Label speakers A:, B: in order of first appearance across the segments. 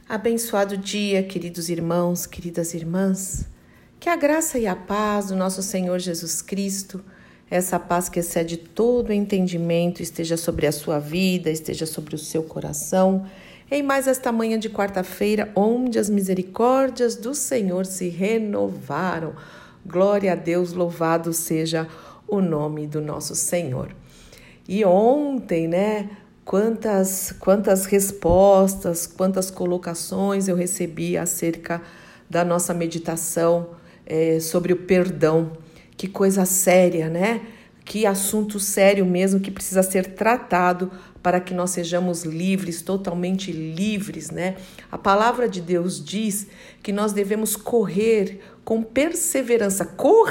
A: Abençoado dia, queridos irmãos, queridas irmãs. Que a graça e a paz do nosso Senhor Jesus Cristo, essa paz que excede todo entendimento, esteja sobre a sua vida, esteja sobre o seu coração, em mais esta manhã de quarta-feira, onde as misericórdias do Senhor se renovaram. Glória a Deus, louvado seja o nome do nosso Senhor. E ontem, Quantas respostas, quantas colocações eu recebi acerca da nossa meditação sobre o perdão. Que coisa séria, Que assunto sério mesmo que precisa ser tratado para que nós sejamos livres, totalmente livres, A palavra de Deus diz que nós devemos correr com perseverança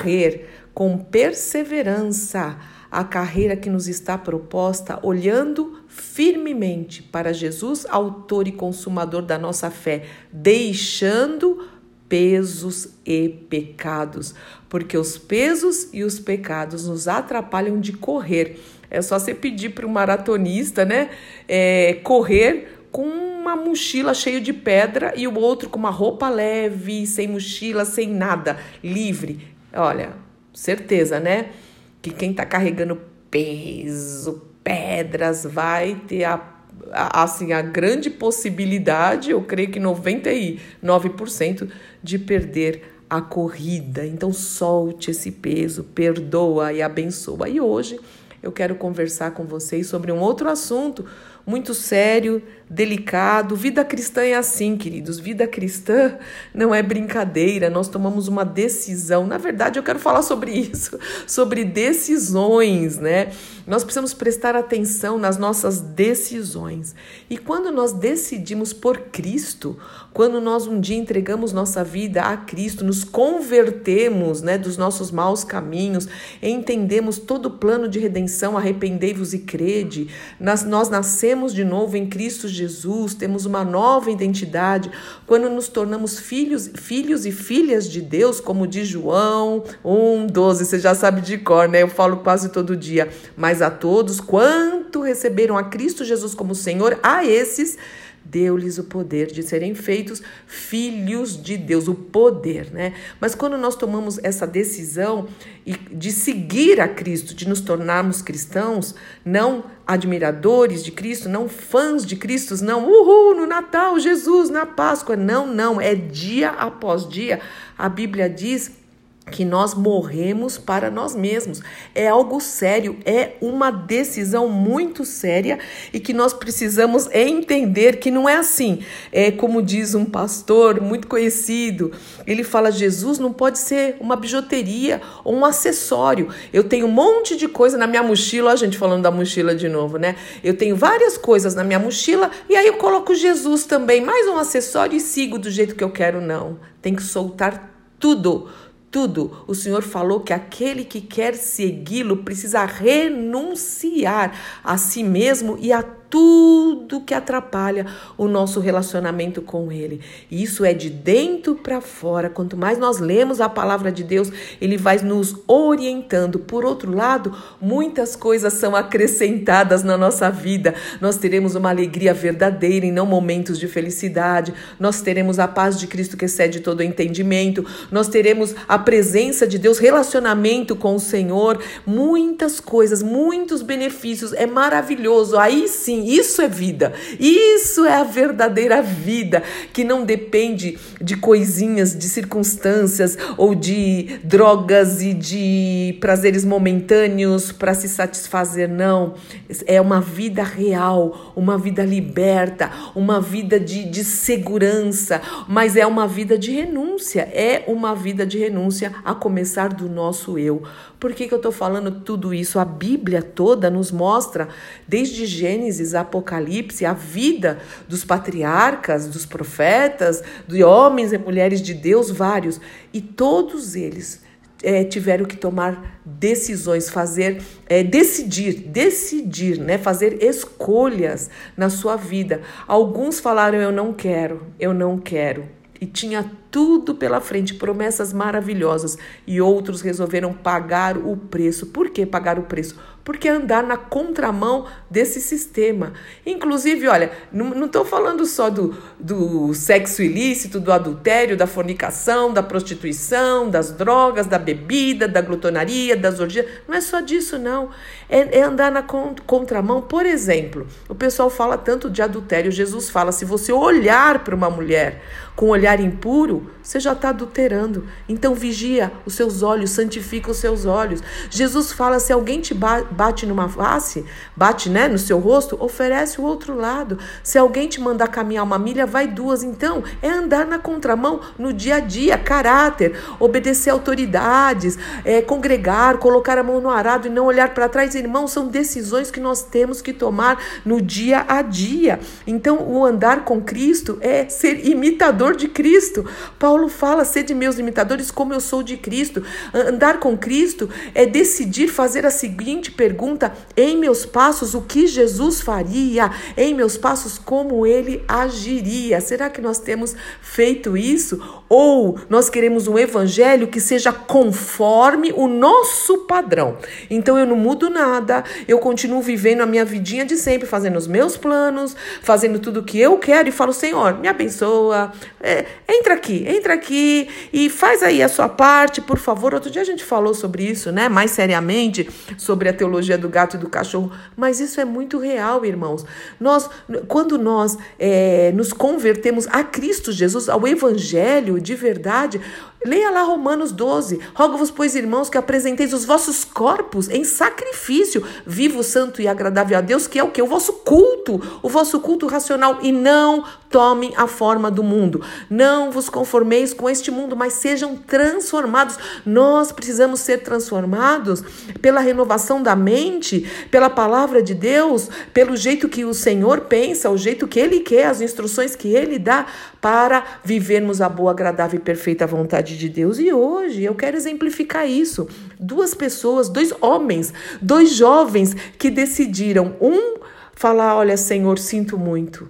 A: a carreira que nos está proposta, olhando firmemente para Jesus, autor e consumador da nossa fé, deixando pesos e pecados, porque os pesos e os pecados nos atrapalham de correr. É só você pedir para um maratonista, correr com uma mochila cheia de pedra e o outro com uma roupa leve, sem mochila, sem nada, livre. Olha, certeza, que quem está carregando peso, pedras, vai ter a grande possibilidade, eu creio que 99%, de perder a corrida. Então, solte esse peso, perdoa e abençoa. E hoje eu quero conversar com vocês sobre um outro assunto muito sério, delicado. Vida cristã é assim, queridos. Vida cristã não é brincadeira. Nós tomamos uma decisão. Na verdade, eu quero falar sobre isso, sobre decisões, Nós precisamos prestar atenção nas nossas decisões. E quando nós decidimos por Cristo, quando nós um dia entregamos nossa vida a Cristo, nos convertemos, dos nossos maus caminhos, entendemos todo o plano de redenção, arrependei-vos e crede, nós nascemos de novo em Cristo Jesus, temos uma nova identidade, quando nos tornamos filhos e filhas de Deus, como diz João 1,12, você já sabe de cor, Eu falo quase todo dia. Mas a todos, quanto receberam a Cristo Jesus como Senhor, a esses deu-lhes o poder de serem feitos filhos de Deus, o poder, Mas quando nós tomamos essa decisão de seguir a Cristo, de nos tornarmos cristãos, não admiradores de Cristo, não fãs de Cristo, não no Natal, Jesus, na Páscoa, não, é dia após dia. A Bíblia diz que nós morremos para nós mesmos. É algo sério, é uma decisão muito séria e que nós precisamos entender que não é assim. É como diz um pastor muito conhecido, ele fala: Jesus não pode ser uma bijuteria ou um acessório. Eu tenho um monte de coisa na minha mochila, a gente falando da mochila de novo, Eu tenho várias coisas na minha mochila e aí eu coloco Jesus também, mais um acessório e sigo do jeito que eu quero. Não, tem que soltar tudo. O Senhor falou que aquele que quer segui-lo precisa renunciar a si mesmo e a tudo que atrapalha o nosso relacionamento com Ele. E isso é de dentro para fora. Quanto mais nós lemos a palavra de Deus, Ele vai nos orientando. Por outro lado, muitas coisas são acrescentadas na nossa vida. Nós teremos uma alegria verdadeira e não momentos de felicidade. Nós teremos a paz de Cristo que excede todo o entendimento. Nós teremos a presença de Deus, relacionamento com o Senhor. Muitas coisas, muitos benefícios. É maravilhoso. Aí sim, isso é vida, isso é a verdadeira vida, que não depende de coisinhas, de circunstâncias ou de drogas e de prazeres momentâneos para se satisfazer, não. É uma vida real, uma vida liberta, uma vida de segurança, mas é uma vida de renúncia, a começar do nosso eu. Por que eu estou falando tudo isso? A Bíblia toda nos mostra, desde Gênesis, Apocalipse, a vida dos patriarcas, dos profetas, de homens e mulheres de Deus, vários. E todos eles tiveram que tomar decisões, decidir, fazer escolhas na sua vida. Alguns falaram: eu não quero. E tinha tudo pela frente, promessas maravilhosas. E outros resolveram pagar o preço. Por que pagar o preço? porque é andar na contramão desse sistema. Inclusive, olha, não estou falando só do sexo ilícito, do adultério, da fornicação, da prostituição, das drogas, da bebida, da glutonaria, das orgias. Não é só disso, não. É andar na contramão. Por exemplo, o pessoal fala tanto de adultério. Jesus fala, se você olhar para uma mulher com um olhar impuro, você já está adulterando. Então vigia os seus olhos, santifica os seus olhos. Jesus fala, se alguém te bate numa face, bate, né, no seu rosto, oferece o outro lado. Se alguém te mandar caminhar 1 milha, vai 2. Então, é andar na contramão no dia a dia, caráter, obedecer autoridades, congregar, colocar a mão no arado e não olhar para trás. Irmãos, são decisões que nós temos que tomar no dia a dia. Então, o andar com Cristo é ser imitador de Cristo. Paulo fala, sede meus imitadores como eu sou de Cristo. Andar com Cristo é decidir fazer a seguinte pergunta: em meus passos, o que Jesus faria? Em meus passos, como ele agiria? Será que nós temos feito isso? Ou nós queremos um evangelho que seja conforme o nosso padrão? Então eu não mudo nada, eu continuo vivendo a minha vidinha de sempre, fazendo os meus planos, fazendo tudo o que eu quero e falo, Senhor, me abençoa, entra aqui e faz aí a sua parte, por favor. Outro dia a gente falou sobre isso, né? Mais seriamente, sobre a teologia do gato e do cachorro, mas isso é muito real, irmãos. Quando nós nos convertemos a Cristo Jesus, ao evangelho de verdade, leia lá Romanos 12. Rogo-vos, pois, irmãos, que apresenteis os vossos corpos em sacrifício, vivo, santo e agradável a Deus, que é o quê? O vosso culto racional, e não tomem a forma do mundo. Não vos conformeis com este mundo, mas sejam transformados. Nós precisamos ser transformados pela renovação da mente, pela palavra de Deus, pelo jeito que o Senhor pensa, o jeito que Ele quer, as instruções que Ele dá para vivermos a boa, agradável e perfeita vontade de Deus. E hoje eu quero exemplificar isso. 2 pessoas, 2 homens, 2 jovens que decidiram, falar, olha, Senhor, sinto muito,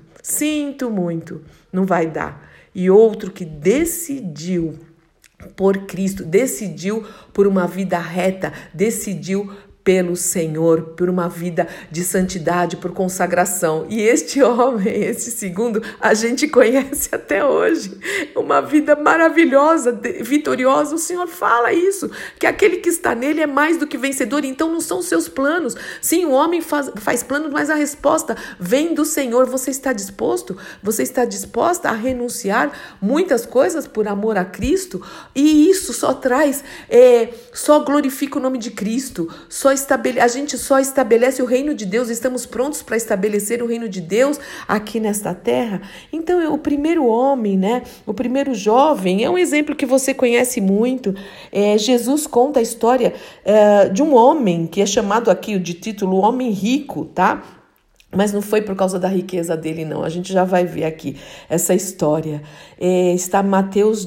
A: não vai dar. E outro que decidiu por Cristo, decidiu por uma vida reta, decidiu pelo Senhor, por uma vida de santidade, por consagração. E este homem, esse segundo, a gente conhece até hoje. Uma vida maravilhosa, vitoriosa. O Senhor fala isso, que aquele que está nele é mais do que vencedor. Então não são seus planos. Sim, o homem faz planos, mas a resposta vem do Senhor. Você está disposto? Você está disposta a renunciar muitas coisas por amor a Cristo? E isso só traz, só glorifica o nome de Cristo, a gente só estabelece o reino de Deus, estamos prontos para estabelecer o reino de Deus aqui nesta terra. Então, o primeiro homem, né, o primeiro jovem, é um exemplo que você conhece muito. Jesus conta a história de um homem que é chamado aqui de título Homem Rico, tá? Mas não foi por causa da riqueza dele, não. A gente já vai ver aqui essa história. Está Mateus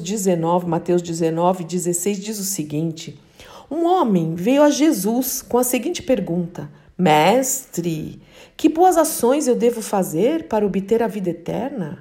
A: 19, 16, diz o seguinte: um homem veio a Jesus com a seguinte pergunta: Mestre, que boas ações eu devo fazer para obter a vida eterna?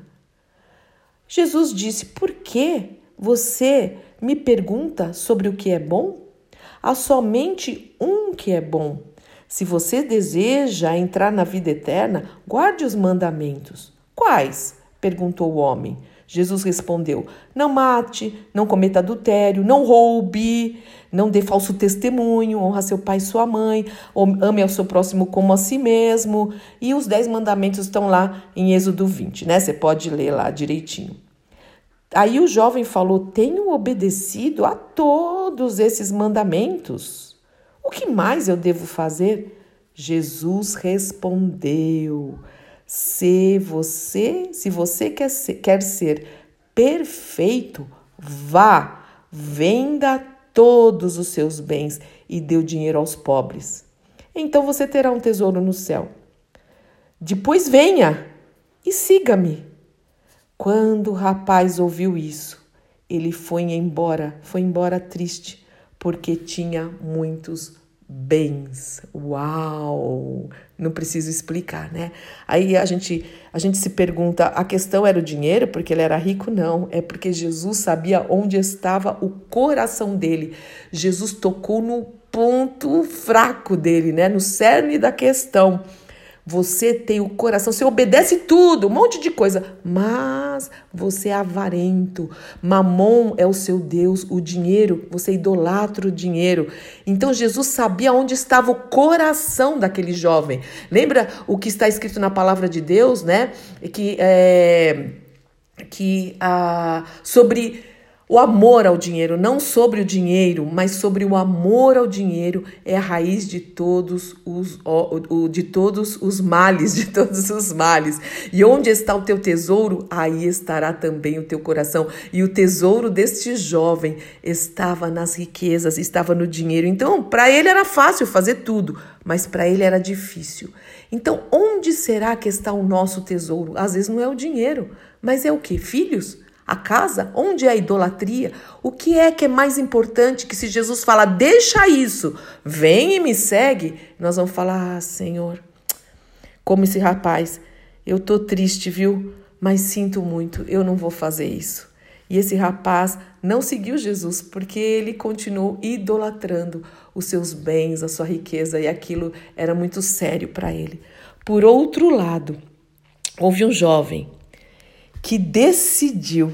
A: Jesus disse: por que você me pergunta sobre o que é bom? Há somente um que é bom. Se você deseja entrar na vida eterna, guarde os mandamentos. Quais? Perguntou o homem. Jesus respondeu: não mate, não cometa adultério, não roube, não dê falso testemunho, honra seu pai e sua mãe, ame ao seu próximo como a si mesmo. E os 10 mandamentos estão lá em Êxodo 20, né? Você pode ler lá direitinho. Aí o jovem falou: tenho obedecido a todos esses mandamentos. O que mais eu devo fazer? Jesus respondeu: se você quer ser perfeito, vá, venda todos os seus bens e dê o dinheiro aos pobres. Então você terá um tesouro no céu. Depois venha e siga-me. Quando o rapaz ouviu isso, ele foi embora triste, porque tinha muitos bens. Uau! Não preciso explicar, né? Aí a gente se pergunta, a questão era o dinheiro porque ele era rico? Não, é porque Jesus sabia onde estava o coração dele. Jesus tocou no ponto fraco dele, né? No cerne da questão. Você tem o coração, você obedece tudo, um monte de coisa, mas você é avarento. Mamon é o seu Deus, o dinheiro, você idolatra o dinheiro. Então Jesus sabia onde estava o coração daquele jovem. Lembra o que está escrito na palavra de Deus, né? Sobre o amor ao dinheiro, não sobre o dinheiro, mas sobre o amor ao dinheiro, é a raiz de todos os males. E onde está o teu tesouro, aí estará também o teu coração. E o tesouro deste jovem estava nas riquezas, estava no dinheiro. Então, para ele era fácil fazer tudo, mas para ele era difícil. Então, onde será que está o nosso tesouro? Às vezes não é o dinheiro, mas é o quê? Filhos? A casa? Onde é a idolatria? O que é mais importante que se Jesus fala, deixa isso, vem e me segue, nós vamos falar, Senhor, como esse rapaz, eu tô triste, viu? Mas sinto muito, eu não vou fazer isso. E esse rapaz não seguiu Jesus porque ele continuou idolatrando os seus bens, a sua riqueza, e aquilo era muito sério para ele. Por outro lado, houve um jovem que decidiu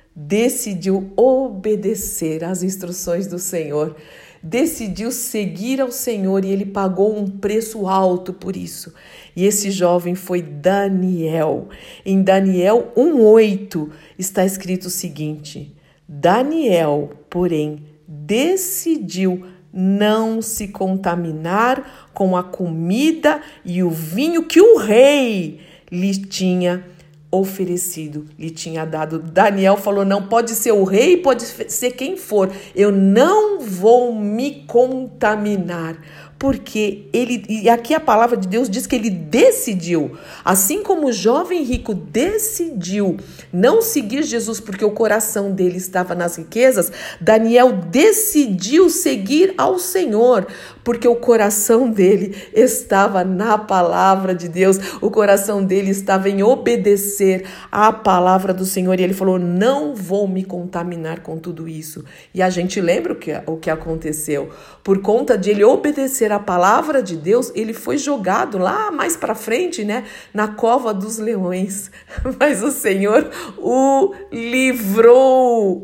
A: obedecer às instruções do Senhor, decidiu seguir ao Senhor e ele pagou um preço alto por isso. E esse jovem foi Daniel. Em Daniel 1:8 está escrito o seguinte: Daniel, porém, decidiu não se contaminar com a comida e o vinho que o rei lhe tinha oferecido, lhe tinha dado. Daniel falou, não, pode ser o rei, pode ser quem for, eu não vou me contaminar, porque e aqui a palavra de Deus diz que ele decidiu, assim como o jovem rico decidiu não seguir Jesus porque o coração dele estava nas riquezas, Daniel decidiu seguir ao Senhor, porque o coração dele estava na palavra de Deus, o coração dele estava em obedecer à palavra do Senhor, e ele falou, não vou me contaminar com tudo isso. E a gente lembra o que aconteceu, por conta de ele obedecer a palavra de Deus, ele foi jogado lá mais para frente, né, na cova dos leões, mas o Senhor o livrou.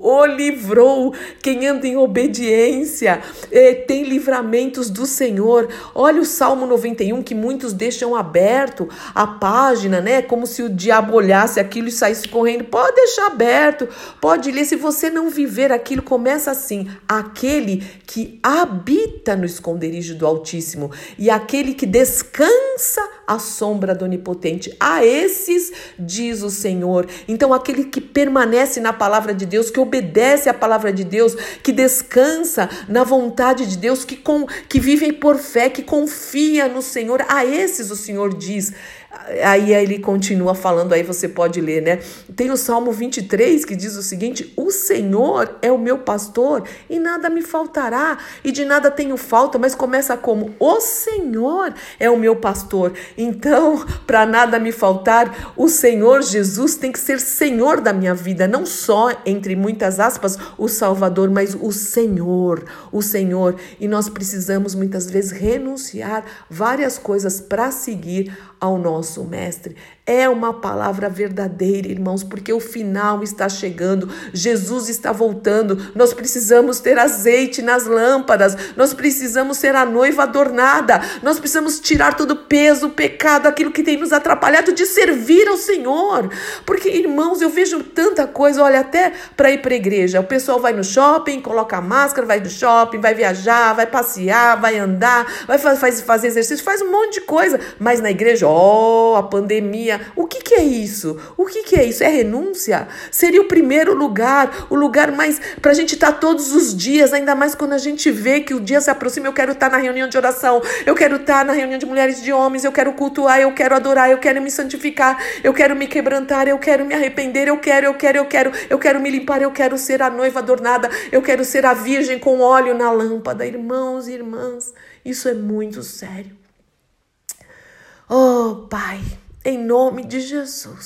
A: Quem anda em obediência tem livramentos do Senhor. Olha o Salmo 91, que muitos deixam aberto a página, né, como se o diabo olhasse aquilo e saísse correndo. Pode deixar aberto, pode ler. Se você não viver aquilo, começa assim: aquele que habita no esconderijo do Altíssimo e aquele que descansa à sombra do Onipotente, a esses diz o Senhor. Então aquele que permanece na palavra de Deus, que obedece à palavra de Deus, que descansa na vontade de Deus, que vivem por fé, que confia no Senhor, a esses o Senhor diz. Aí ele continua falando, aí você pode ler, né? Tem o Salmo 23 que diz o seguinte: o Senhor é o meu pastor e nada me faltará, e de nada tenho falta, mas começa como: o Senhor é o meu pastor. Então, para nada me faltar, o Senhor Jesus tem que ser Senhor da minha vida, não só, entre muitas aspas, o Salvador, mas o Senhor. E nós precisamos muitas vezes renunciar várias coisas para seguir ao nosso Mestre. É uma palavra verdadeira, irmãos, porque o final está chegando, Jesus está voltando, nós precisamos ter azeite nas lâmpadas, nós precisamos ser a noiva adornada, nós precisamos tirar todo o peso, o pecado, aquilo que tem nos atrapalhado de servir ao Senhor, porque, irmãos, eu vejo tanta coisa, olha, até para ir para a igreja, o pessoal vai no shopping, coloca a máscara, vai no shopping, vai viajar, vai passear, vai andar, vai fazer exercício, faz um monte de coisa, mas na igreja, a pandemia, o que é isso? O que é isso? É renúncia? Seria o primeiro lugar, o lugar mais para a gente estar todos os dias, ainda mais quando a gente vê que o dia se aproxima. Eu quero estar na reunião de oração, eu quero estar na reunião de mulheres e de homens, eu quero cultuar, eu quero adorar, eu quero me santificar, eu quero me quebrantar, eu quero me arrepender, eu quero me limpar, eu quero ser a noiva adornada, eu quero ser a virgem com óleo na lâmpada. Irmãos e irmãs, isso é muito sério. Oh, Pai, em nome de Jesus,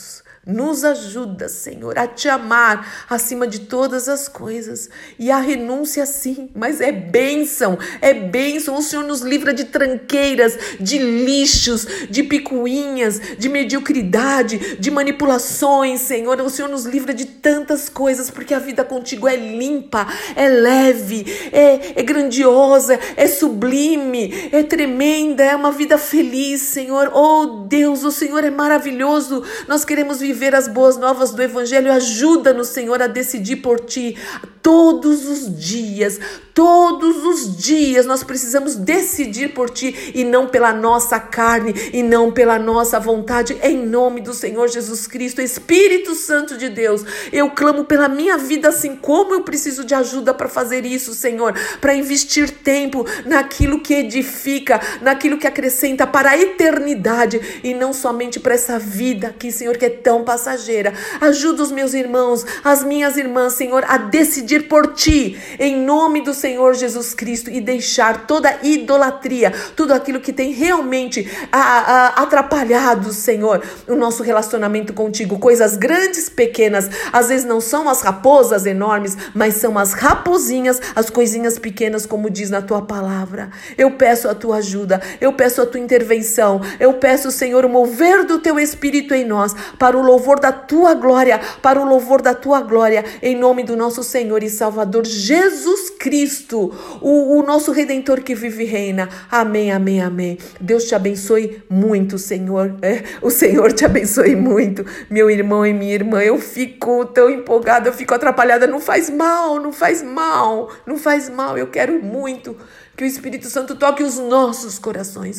A: Nos ajuda, Senhor, a te amar acima de todas as coisas. E a renúncia, sim, mas é bênção, é bênção. O Senhor nos livra de tranqueiras, de lixos, de picuinhas, de mediocridade, de manipulações, Senhor. O Senhor nos livra de tantas coisas, porque a vida contigo é limpa, é leve, é grandiosa, é sublime, é tremenda, é uma vida feliz, Senhor. Oh Deus, o Senhor é maravilhoso. Nós queremos viver as boas novas do Evangelho. Ajuda-nos, Senhor, a decidir por Ti todos os dias. Todos os dias nós precisamos decidir por Ti e não pela nossa carne e não pela nossa vontade, em nome do Senhor Jesus Cristo. Espírito Santo de Deus, eu clamo pela minha vida, assim como eu preciso de ajuda para fazer isso, Senhor, para investir tempo naquilo que edifica, naquilo que acrescenta para a eternidade e não somente para essa vida aqui, Senhor, que é tão passageira. Ajuda os meus irmãos, as minhas irmãs, Senhor, a decidir por Ti, em nome do Senhor Jesus Cristo, e deixar toda idolatria, tudo aquilo que tem realmente atrapalhado, Senhor, o nosso relacionamento contigo. Coisas grandes, pequenas, às vezes não são as raposas enormes, mas são as raposinhas, as coisinhas pequenas, como diz na Tua palavra. Eu peço a Tua ajuda, eu peço a Tua intervenção, eu peço, Senhor, o mover do Teu Espírito em nós, para o louvor da Tua glória, para o louvor da Tua glória, em nome do nosso Senhor e Salvador Jesus Cristo, o nosso Redentor que vive e reina. Amém, amém, amém. Deus te abençoe muito, Senhor. O Senhor te abençoe muito, meu irmão e minha irmã. Eu fico tão empolgada, eu fico atrapalhada. Não faz mal, não faz mal, não faz mal. Eu quero muito que o Espírito Santo toque os nossos corações,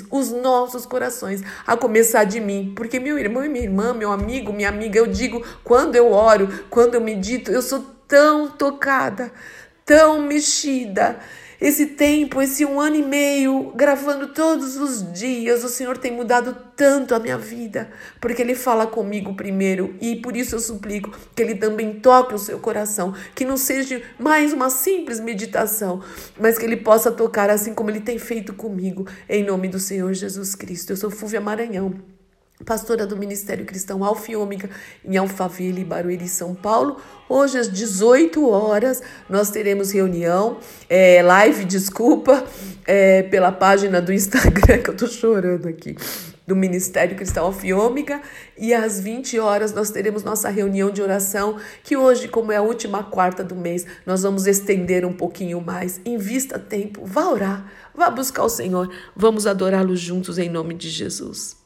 A: a começar de mim. Porque meu irmão e minha irmã, meu amigo, minha amiga, eu digo, quando eu oro, quando eu medito, eu sou tão tocada, tão mexida. Esse tempo, esse 1 ano e meio, gravando todos os dias, o Senhor tem mudado tanto a minha vida, porque Ele fala comigo primeiro, e por isso eu suplico que Ele também toque o seu coração, que não seja mais uma simples meditação, mas que Ele possa tocar assim como Ele tem feito comigo, em nome do Senhor Jesus Cristo. Eu sou Fúvia Maranhão, pastora do Ministério Cristão Alfa e Ômega, em Alphaville, Barueri, São Paulo. Hoje, às 18 horas, nós teremos reunião, live, pela página do Instagram, que eu tô chorando aqui, do Ministério Cristão Alfa e Ômega. E às 20 horas, nós teremos nossa reunião de oração, que hoje, como é a última quarta do mês, nós vamos estender um pouquinho mais. Invista tempo, vá orar, vá buscar o Senhor, vamos adorá-lo juntos em nome de Jesus.